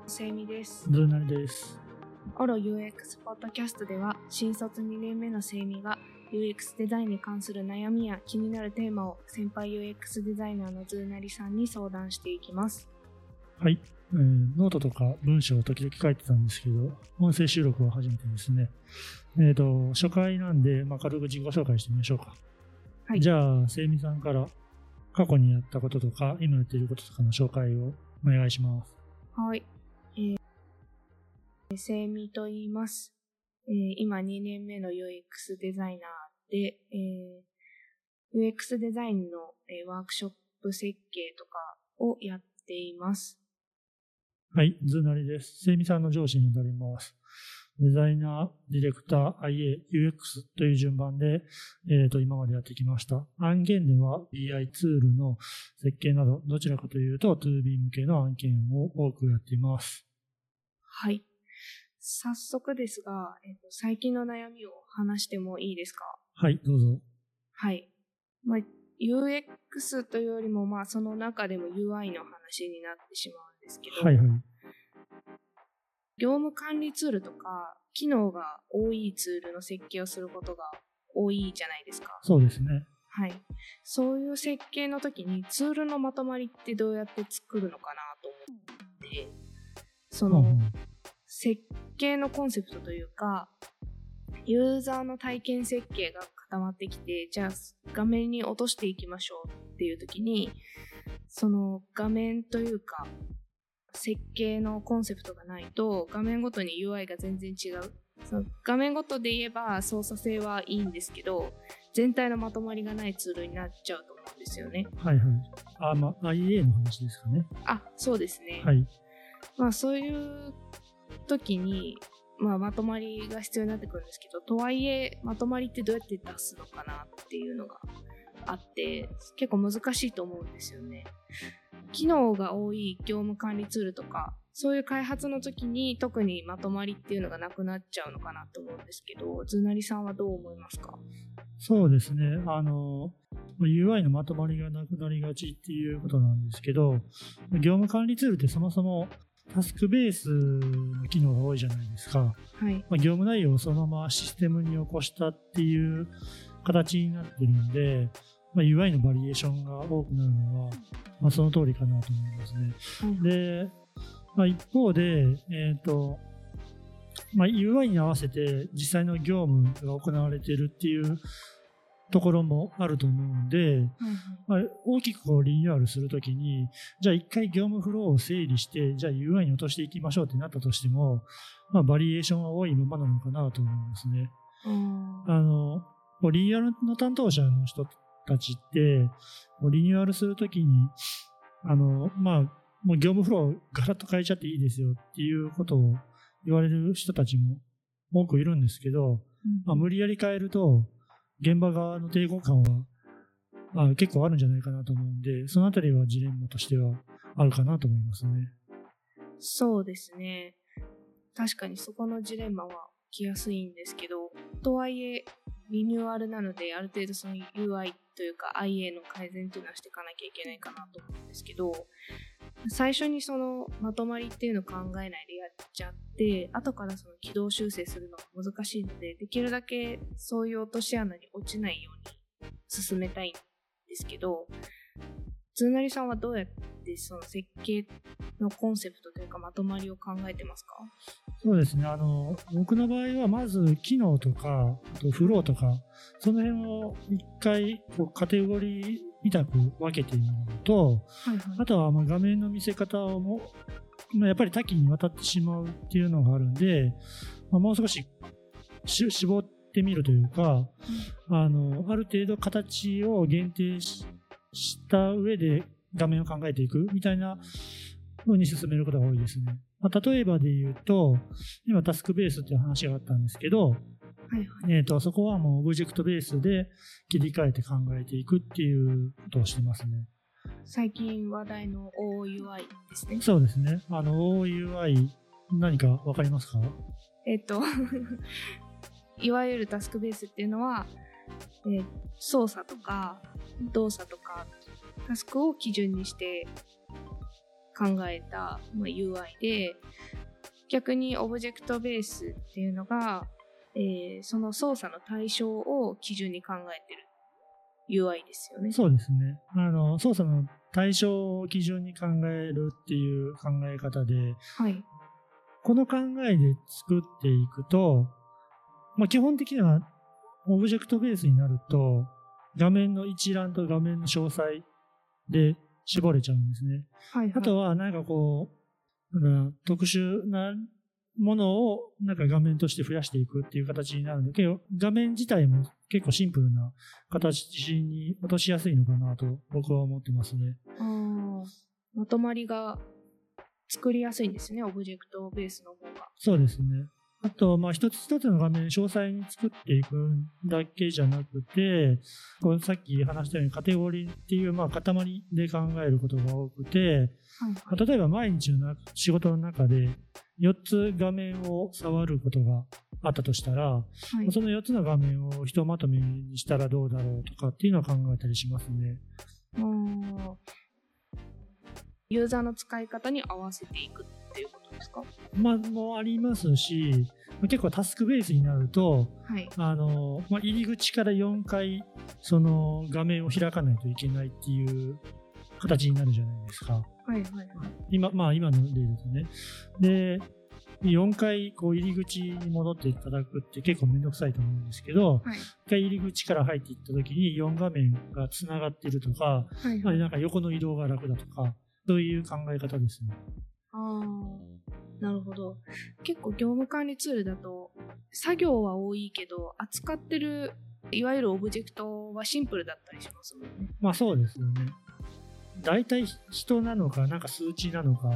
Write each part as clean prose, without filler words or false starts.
せいみです。 ずーなりです。 オロ UX ポッドキャストでは、新卒2年目のせいみが UX デザインに関する悩みや気になるテーマを先輩 UX デザイナーのずーなりさんに相談していきます。 はい、ノートとか文章を時々書いてたんですけど、音声収録を始めてですね、初回なんで、軽く自己紹介してみましょうか。 はい。 じゃあ、せいみさんから過去にやったこととか、今やっていることとかの紹介をお願いします。 はい。せいみと言います。今2年目の UX デザイナーで、UX デザインの、ワークショップ設計とかをやっています。 はい、ずーなりです。せいみさんの上司になります。デザイナー、ディレクター、IA、UX という順番で、今までやってきました。案件では BI ツールの設計など、どちらかというと 2B 向けの案件を多くやっています。 はい。早速ですが、最近の悩みを話してもいいですか？ はい、どうぞ。 はい。UX というよりも、その中でも UI の話になってしまうんですけど、 はいはい。 業務管理ツールとか、機能が多いツールの設計をすることが多いじゃないですか。 そうですね。 はい。そういう設計の時にツールのまとまりってどうやって作るのかなと思って、その、設計のコンセプトというか、ユーザーの体験設計が固まってきて、じゃあ画面に落としていきましょうっていう時に、その画面というか設計のコンセプトがないと画面ごとに UI が全然違う。その画面ごとで言えば操作性はいいんですけど、全体のまとまりがないツールになっちゃうと思うんですよね。 はいはい。IA の話ですかね。 そうですね。 はい。 そういう時にまとまりが必要になってくるんですけど、とはいえまとまりってどうやって出すのかなっていうのがあって、結構難しいと思うんですよね。機能が多い業務管理ツールとか、そういう開発の時に特にまとまりっていうのがなくなっちゃうのかなと思うんですけど、ずなりさんはどう思いますか？ そうですね。UI のまとまりがなくなりがちっていうことなんですけど、業務管理ツールってそもそもタスクベースの機能が多いじゃないですか。 はい。 業務内容をそのままシステムに起こしたっていう形になってるんで、UI のバリエーションが多くなるのは、その通りかなと思いますね。で、一方で、UI に合わせて実際の業務が行われているっていうところもあると思うんで、大きくリニューアルするときに、じゃあ一回業務フローを整理して、じゃあ UI に落としていきましょうってなったとしても、バリエーションは多いままなのかなと思いますね。リニューアルの担当者の人たちって、リニューアルするときに、もう業務フローガラッと変えちゃっていいですよっていうことを言われる人たちも多くいるんですけど、無理やり変えると、現場側の抵抗感は結構あるんじゃないかなと思うんで、そのあたりはジレンマとしてはあるかなと思いますね。 そうですね。確かにそこのジレンマは起きやすいんですけど、とはいえリニューアルなのである程度その UI というか IA の改善というのはしていかなきゃいけないかなと思うんですけど、最初にそのまとまりっていうのを考えないでやっちゃって、後からその軌道修正するのが難しいので、できるだけそういう落とし穴に落ちないように進めたいんですけど、ずなりさんはどうやってその設計のコンセプトというかまとまりを考えてますか？ そうですね。僕の場合はまず機能とか、あとフローとか、その辺を一回カテゴリーみたく分けてみるのと、あとは画面の見せ方をやっぱり多岐にわたってしまうっていうのがあるんで、もう少し絞ってみるというか、ある程度形を限定した上で画面を考えていくみたいな風に進めることが多いですね。例えばで言うと、今タスクベースっていう話があったんですけど、そこはもうオブジェクトベースで切り替えて考えていくっていうことをしてますね。 最近話題の OUI ですね。 そうですね。OUI 何かわかりますか？ いわゆるタスクベースっていうのは、操作とか動作とかタスクを基準にして考えた、UI で、逆にオブジェクトベースっていうのが、その操作の対象を基準に考えてる UI ですよね。 そうですね。操作の対象を基準に考えるっていう考え方で、 はい、 この考えで作っていくと、基本的にはオブジェクトベースになると、画面の一覧と画面の詳細で絞れちゃうんですね。 はいはい、 あとは特殊なものを画面として増やしていくっていう形になるので、画面自体も結構シンプルな形に落としやすいのかなと僕は思ってますね。 まとまりが作りやすいんですね、オブジェクトベースの方が。そうですね。あと、一つ一つの画面詳細に作っていくだけじゃなくて、さっき話したようにカテゴリーっていう塊で考えることが多くて、例えば毎日の仕事の中で4つ画面を触ることがあったとしたら、その4つの画面をひとまとめにしたらどうだろうとかっていうのは考えたりしますね。 ユーザーの使い方に合わせていくっていうことですか？ もありますし、結構タスクベースになると、入り口から4回その画面を開かないといけないっていう形になるじゃないですか。今の例ですね。で、4回入り口に戻っていただくって結構めんどくさいと思うんですけど、1回入り口から入っていった時に4画面がつながっているとか、横の移動が楽だとか、そういう考え方ですね。 なるほど。結構業務管理ツールだと作業は多いけど扱ってるいわゆるオブジェクトはシンプルだったりしますもんね。 そうですよね。大体人なのか数値なのか、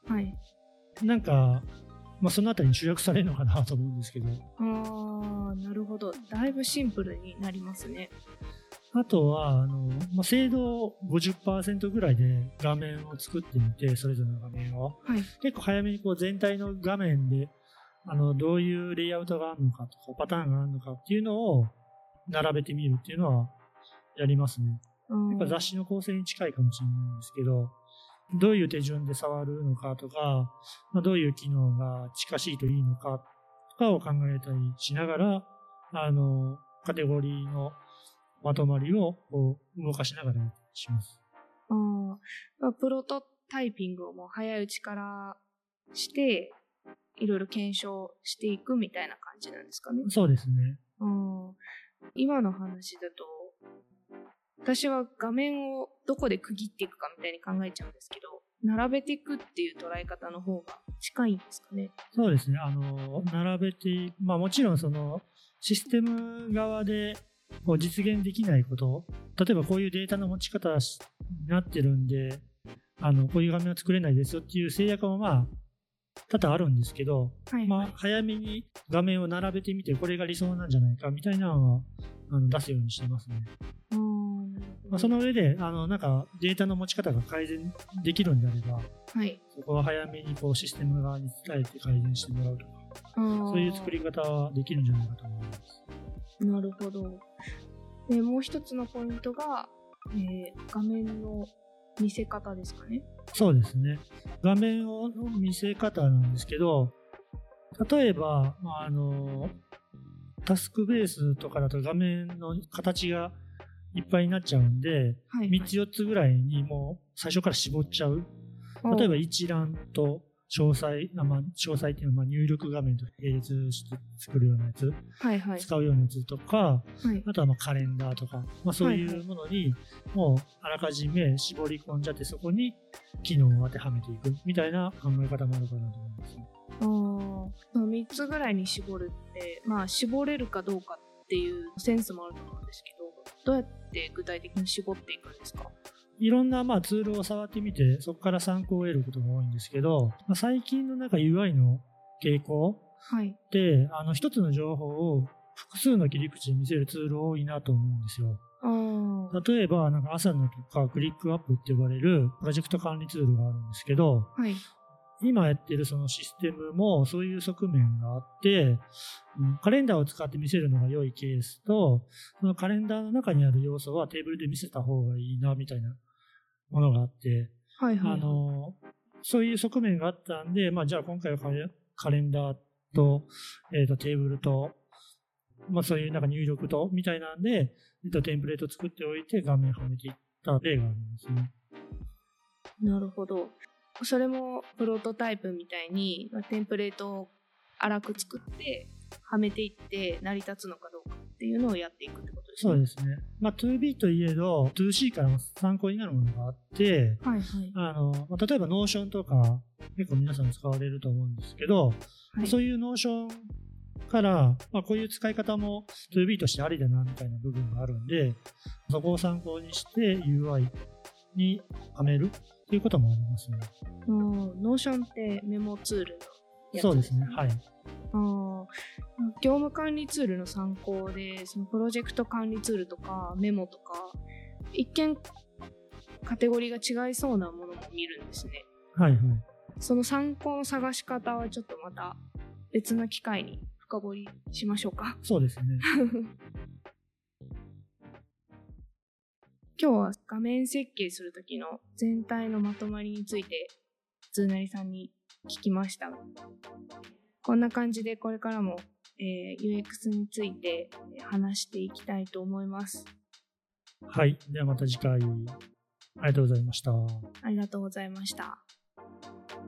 そのあたりに集約されるのかなと思うんですけど。 なるほど。だいぶシンプルになりますね。 あとは精度 50% ぐらいで画面を作ってみて、それぞれの画面を、結構早めに全体の画面でどういうレイアウトがあるのかとかパターンがあるのかっていうのを並べてみるっていうのはやりますね。やっぱ雑誌の構成に近いかもしれないんですけど、どういう手順で触るのかとか、どういう機能が近しいといいのかとかを考えたりしながら、カテゴリーのまとまりを動かしながらやったりします。 プロトタイピングをもう早いうちからしていろいろ検証していくみたいな感じなんですかね。 そうですね。 今の話だと私は画面をどこで区切っていくかみたいに考えちゃうんですけど、並べていくっていう捉え方の方が近いんですかね。 そうですね。並べて、もちろんそのシステム側で実現できないこと、例えばこういうデータの持ち方になってるんで、こういう画面は作れないですよっていう制約も多々あるんですけど、早めに画面を並べてみて、これが理想なんじゃないかみたいなのは出すようにしてますね。その上でデータの持ち方が改善できるんであれば、そこは早めにシステム側に伝えて改善してもらうとか、そういう作り方はできるんじゃないかと思います。 なるほど。で、もう一つのポイントが、画面の見せ方ですかね。 そうですね。画面の見せ方なんですけど、例えば、タスクベースとかだと画面の形がいっぱいになっちゃうんで、3つ4つぐらいにもう最初から絞っちゃう。例えば一覧と詳細っていうのは入力画面と並列して作るようなやつ、使うようなやつとか、あとはカレンダーとか、そういうものにもうあらかじめ絞り込んじゃって、そこに機能を当てはめていくみたいな考え方もあるかなと思いますね。 3つぐらいに絞るって、絞れるかどうかっていうセンスもあると思うんですけど、どうやって具体的に絞っていくんですか？ いろんなツールを触ってみて、そこから参考を得ることが多いんですけど、最近のUI の傾向で、一つの情報を複数の切り口で見せるツール多いなと思うんですよ。例えば、アサナとかクリックアップって呼ばれるプロジェクト管理ツールがあるんですけど、今やってるそのシステムもそういう側面があって、カレンダーを使って見せるのが良いケースと、そのカレンダーの中にある要素はテーブルで見せた方がいいなみたいなものがあって、 そういう側面があったんで、じゃあ今回はカレンダーと、テーブルと、そういうなんか入力と、みたいなんで、テンプレート作っておいて画面はめていった例がありますね。 なるほど。それもプロトタイプみたいに、テンプレートを粗く作ってはめていって成り立つのかどうかっていうのをやっていくってことですね。 そうですね。2B といえど 2C からも参考になるものがあって、 はいはい、 例えば Notion とか結構皆さん使われると思うんですけど、はい、そういう Notion から、こういう使い方も 2B としてありだなみたいな部分があるんで、そこを参考にして UI にはめるということもありますね。 Notion ってメモツールのやつですね。 そうですね。はい。 業務管理ツールの参考で、そのプロジェクト管理ツールとかメモとか、一見カテゴリーが違いそうなものも見るんですね。 はいはい。 その参考の探し方はちょっとまた別の機会に深掘りしましょうか。 そうですね。 今日は画面設計するときの全体のまとまりについてつーなりさんに聞きました。こんな感じでこれからも、UX について話していきたいと思います。 はい。ではまた次回。ありがとうございました。 ありがとうございました。